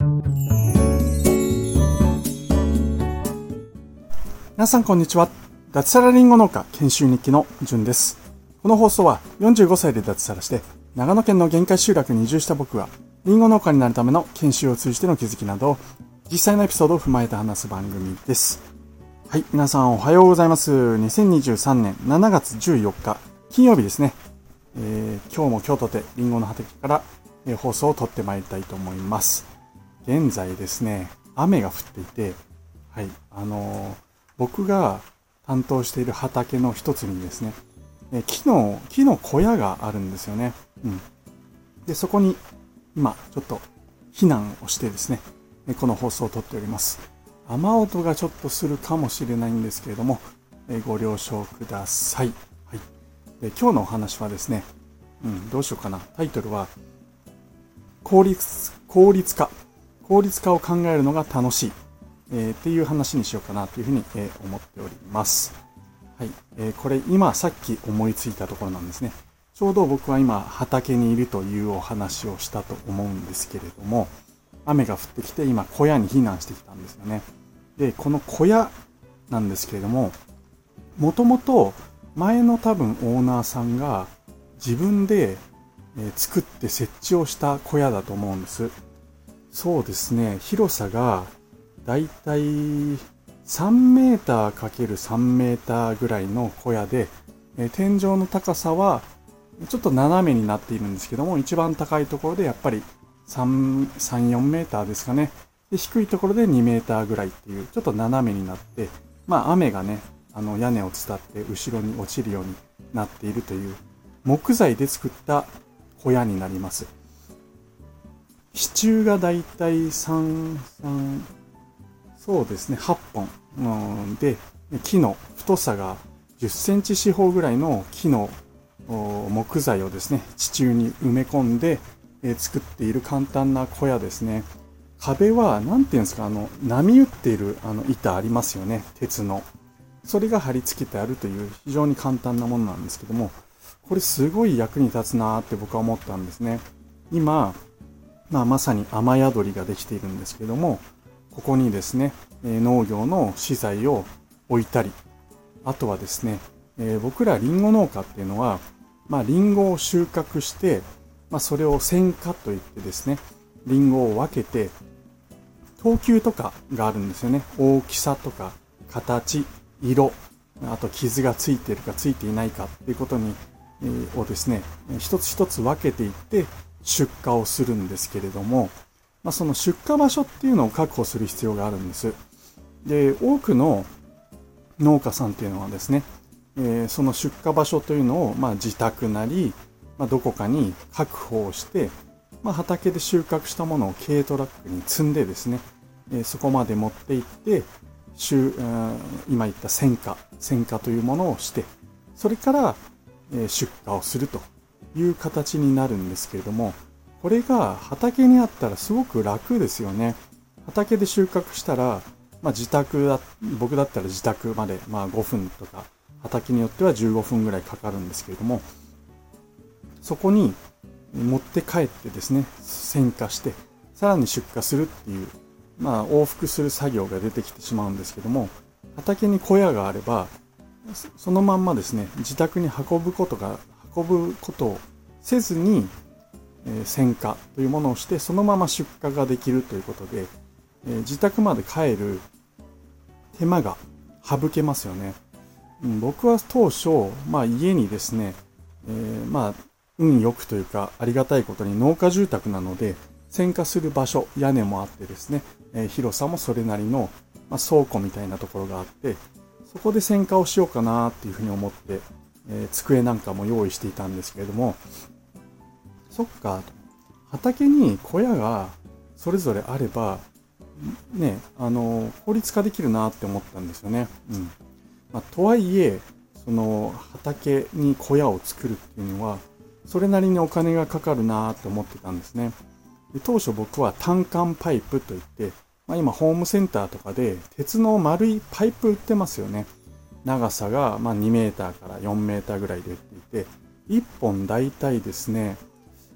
皆さんこんにちは。脱サラリンゴ農家研修日記のじゅんです。この放送は45歳で脱サラして長野県の限界集落に移住した僕がリンゴ農家になるための研修を通じての気づきなどを実際のエピソードを踏まえて話す番組です。はい、皆さんおはようございます。2023年7月14日金曜日ですね。今日も今日とてリンゴの畑から、放送を撮ってまいりたいと思います。現在ですね、雨が降っていて、はい、僕が担当している畑の一つにですね、木の小屋があるんですよね。で、そこに今ちょっと避難をしてですね、この放送を撮っております。雨音がちょっとするかもしれないんですけれども、ご了承ください。はい。で、今日のお話はですね、どうしようかな。タイトルは、効率化を考えるのが楽しい。っていう話にしようかなというふうに、思っております。はい、これ今さっき思いついたところなんですね。ちょうど僕は今畑にいるというお話をしたと思うんですけれども、雨が降ってきて今小屋に避難してきたんですよね。で、この小屋なんですけれども、もともと前の多分オーナーさんが自分で作って設置をした小屋だと思うんです。そうですね、広さがだいたい3メーター ×3 メーターぐらいの小屋で、天井の高さはちょっと斜めになっているんですけども、一番高いところでやっぱり3、4メーターですかね。で、低いところで2メーターぐらいっていう、ちょっと斜めになって、雨がね、屋根を伝って後ろに落ちるようになっているという木材で作った小屋になります。支柱がだいたいそうですね、8本、で、木の太さが10センチ四方ぐらいの木の木材をですね、地中に埋め込んで、作っている簡単な小屋ですね。壁は、なんていうんですか、波打っている板ありますよね、鉄の。それが貼り付けてあるという非常に簡単なものなんですけども、これすごい役に立つなーって僕は思ったんですね。今、まさに雨宿りができているんですけども、ここにですね、農業の資材を置いたり、あとはですね、僕らリンゴ農家っていうのは、リンゴを収穫して、それを選果といってですね、リンゴを分けて、等級とかがあるんですよね。大きさとか、形、色、あと傷がついているかついていないかっていうことに、をですね、一つ一つ分けていって出荷をするんですけれども、その出荷場所っていうのを確保する必要があるんです。で、多くの農家さんっていうのはですね、その出荷場所というのを、自宅なり、どこかに確保をして、畑で収穫したものを軽トラックに積んでですね、そこまで持って行って、今言った選果というものをして、それから出荷をするという形になるんですけれども、これが畑にあったらすごく楽ですよね。畑で収穫したら、僕だったら自宅まで5分とか、畑によっては15分ぐらいかかるんですけれども、そこに持って帰ってですね、選果して、さらに出荷するっていう、往復する作業が出てきてしまうんですけども、畑に小屋があれば、そのまんまですね、自宅に運ぶことをせずに、選果というものをしてそのまま出荷ができるということで、自宅まで帰る手間が省けますよね。僕は当初、家にですね、運よくというかありがたいことに農家住宅なので選果する場所、屋根もあってですね、広さもそれなりの、倉庫みたいなところがあって、そこで選果をしようかなっていうふうに思って、机なんかも用意していたんですけれども、そっか、畑に小屋がそれぞれあれば、ね、効率化できるなって思ったんですよね。とはいえ、その畑に小屋を作るっていうのは、それなりにお金がかかるなって思ってたんですね。で、当初僕は単管パイプといって、今ホームセンターとかで鉄の丸いパイプ売ってますよね。長さが2メーターから4メーターぐらいで売っていて、1本だいたいですね、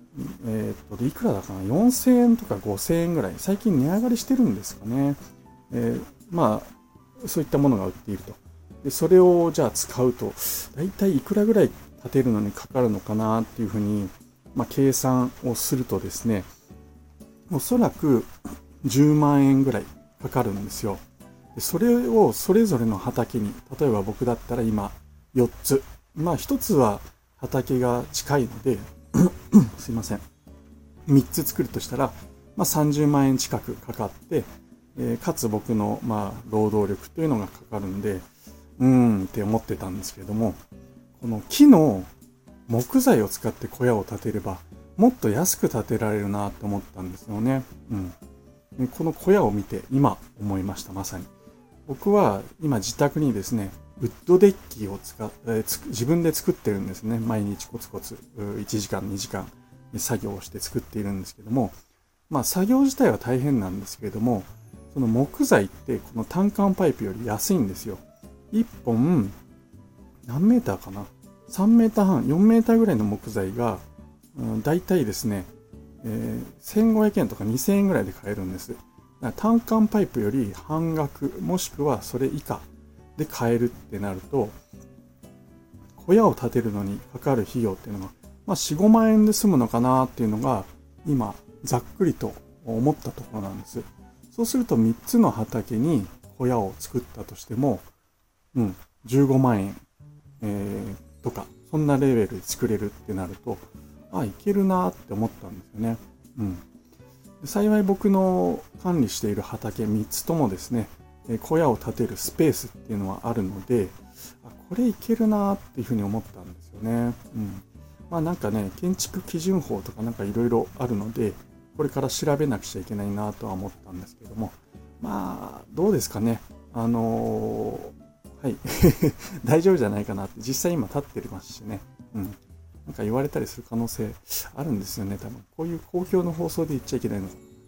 いくらだかな、4000円とか5000円ぐらい、最近値上がりしてるんですかね。まあ、そういったものが売っていると。で、それをじゃあ使うと、だいたいいくらぐらい建てるのにかかるのかなっていうふうに、計算をするとですね、おそらく10万円ぐらいかかるんですよ。で、それをそれぞれの畑に、例えば僕だったら今4つ。1つは畑が近いので、すいません。3つ作るとしたら、30万円近くかかって、かつ僕の、労働力というのがかかるんで、って思ってたんですけれども、この木の木材を使って小屋を建てれば、もっと安く建てられるなって思ったんですよね。でこの小屋を見て今思いました、まさに。僕は今自宅にですね、ウッドデッキを自分で作ってるんですね。毎日コツコツ1時間2時間作業をして作っているんですけども、作業自体は大変なんですけれども、その木材ってこの単管パイプより安いんですよ。1本何メーターかな、3メーター半、4メーターぐらいの木材が、だいたいですね、1500円とか2000円ぐらいで買えるんです。だから単管パイプより半額、もしくはそれ以下で買えるってなると、小屋を建てるのにかかる費用っていうのが、4、5万円で済むのかなっていうのが、今、ざっくりと思ったところなんです。そうすると3つの畑に小屋を作ったとしても、15万円、とか、そんなレベルで作れるってなると、いけるなって思ったんですよね。幸い僕の管理している畑3つともですね、小屋を建てるスペースっていうのはあるので、これいけるなっていうふうに思ったんですよね。なんかね、建築基準法とかなんかいろいろあるので、これから調べなくちゃいけないなとは思ったんですけども、どうですかね。はい。大丈夫じゃないかなって、実際今立ってますしね。なんか言われたりする可能性あるんですよね、多分。こういう公共の放送で言っちゃいけないの。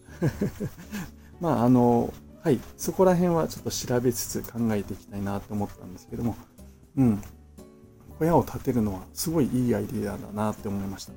はい。そこら辺はちょっと調べつつ考えていきたいなと思ったんですけども、小屋を建てるのはすごいいいアイデアだなって思いました。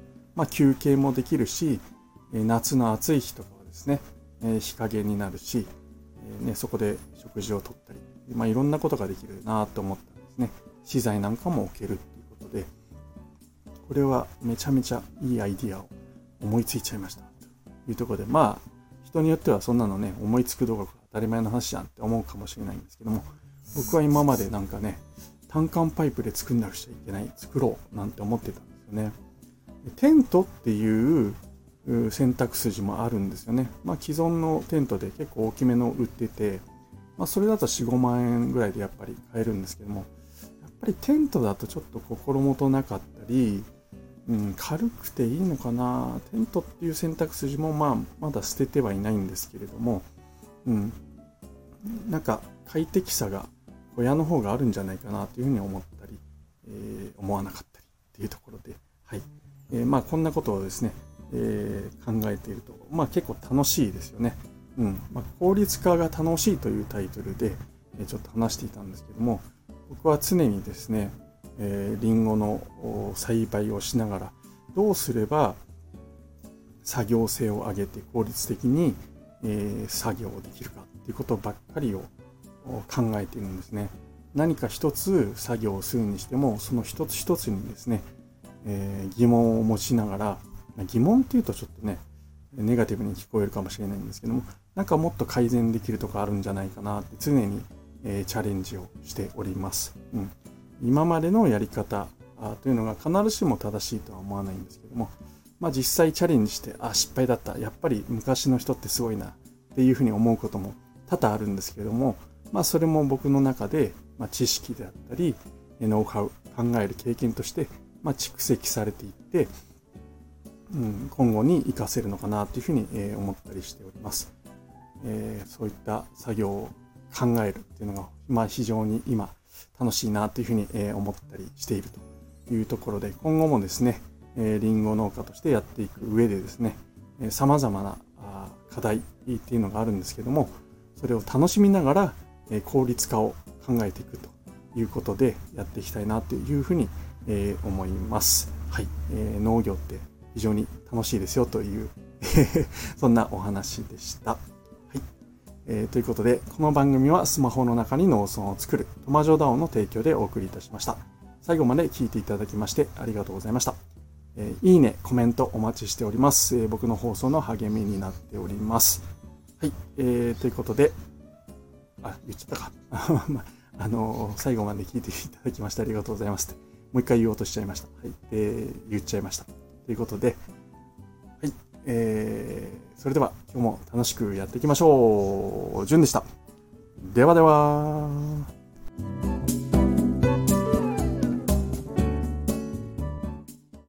休憩もできるし、夏の暑い日とかはですね、日陰になるし、そこで食事をとったり、いろんなことができるなと思ったんですね。資材なんかも置けるっていうことで、これはめちゃめちゃいいアイディアを思いついちゃいましたというところで、人によってはそんなのね、思いつく動画が当たり前の話じゃんって思うかもしれないんですけども、僕は今までなんかね、単管パイプで作んなくちゃいけない、作ろうなんて思ってたんですよね。テントっていう選択筋もあるんですよね。既存のテントで結構大きめの売ってて、それだと4、5万円ぐらいでやっぱり買えるんですけども、やっぱりテントだとちょっと心もとなかったり、軽くていいのかな。テントっていう選択筋もまだ捨ててはいないんですけれども、なんか快適さが小屋の方があるんじゃないかなというふうに思ったり、思わなかったりっていうところで、はい。こんなことをですね、考えていると、結構楽しいですよね。効率化が楽しいというタイトルで、ちょっと話していたんですけども、僕は常にですね、リンゴの栽培をしながら、どうすれば作業性を上げて効率的に、作業できるかっていうことばっかりを考えているんですね。何か一つ作業をするにしても、その一つ一つにですね、疑問を持ちながら、疑問っていうとちょっとね、ネガティブに聞こえるかもしれないんですけども、なんかもっと改善できるとこあるんじゃないかなって常に、チャレンジをしております。今までのやり方というのが必ずしも正しいとは思わないんですけども、実際チャレンジして、失敗だった。やっぱり昔の人ってすごいなっていうふうに思うことも多々あるんですけども、それも僕の中で、知識であったり、ノウハウ、考える経験として、蓄積されていって、今後に活かせるのかなというふうに、思ったりしております。そういった作業を考えるっていうのが、非常に今楽しいなというふうに、思ったりしているというところで、今後もですね、リンゴ農家としてやっていく上でですね、様々な課題っていうのがあるんですけども、それを楽しみながら効率化を考えていくということでやっていきたいなというふうに思います。はい、農業って非常に楽しいですよというそんなお話でした。はい。ということで、この番組はスマホの中に農村を作るトマジョダオの提供でお送りいたしました。最後まで聞いていただきましてありがとうございました。いいね、コメントお待ちしております。僕の放送の励みになっております。はい。ということで、言っちゃったか。最後まで聞いていただきましてありがとうございます。もう一回言おうとしちゃいました。はい。言っちゃいました。ということで、はい。それでは今日も楽しくやっていきましょう。じゅんでした。ではでは。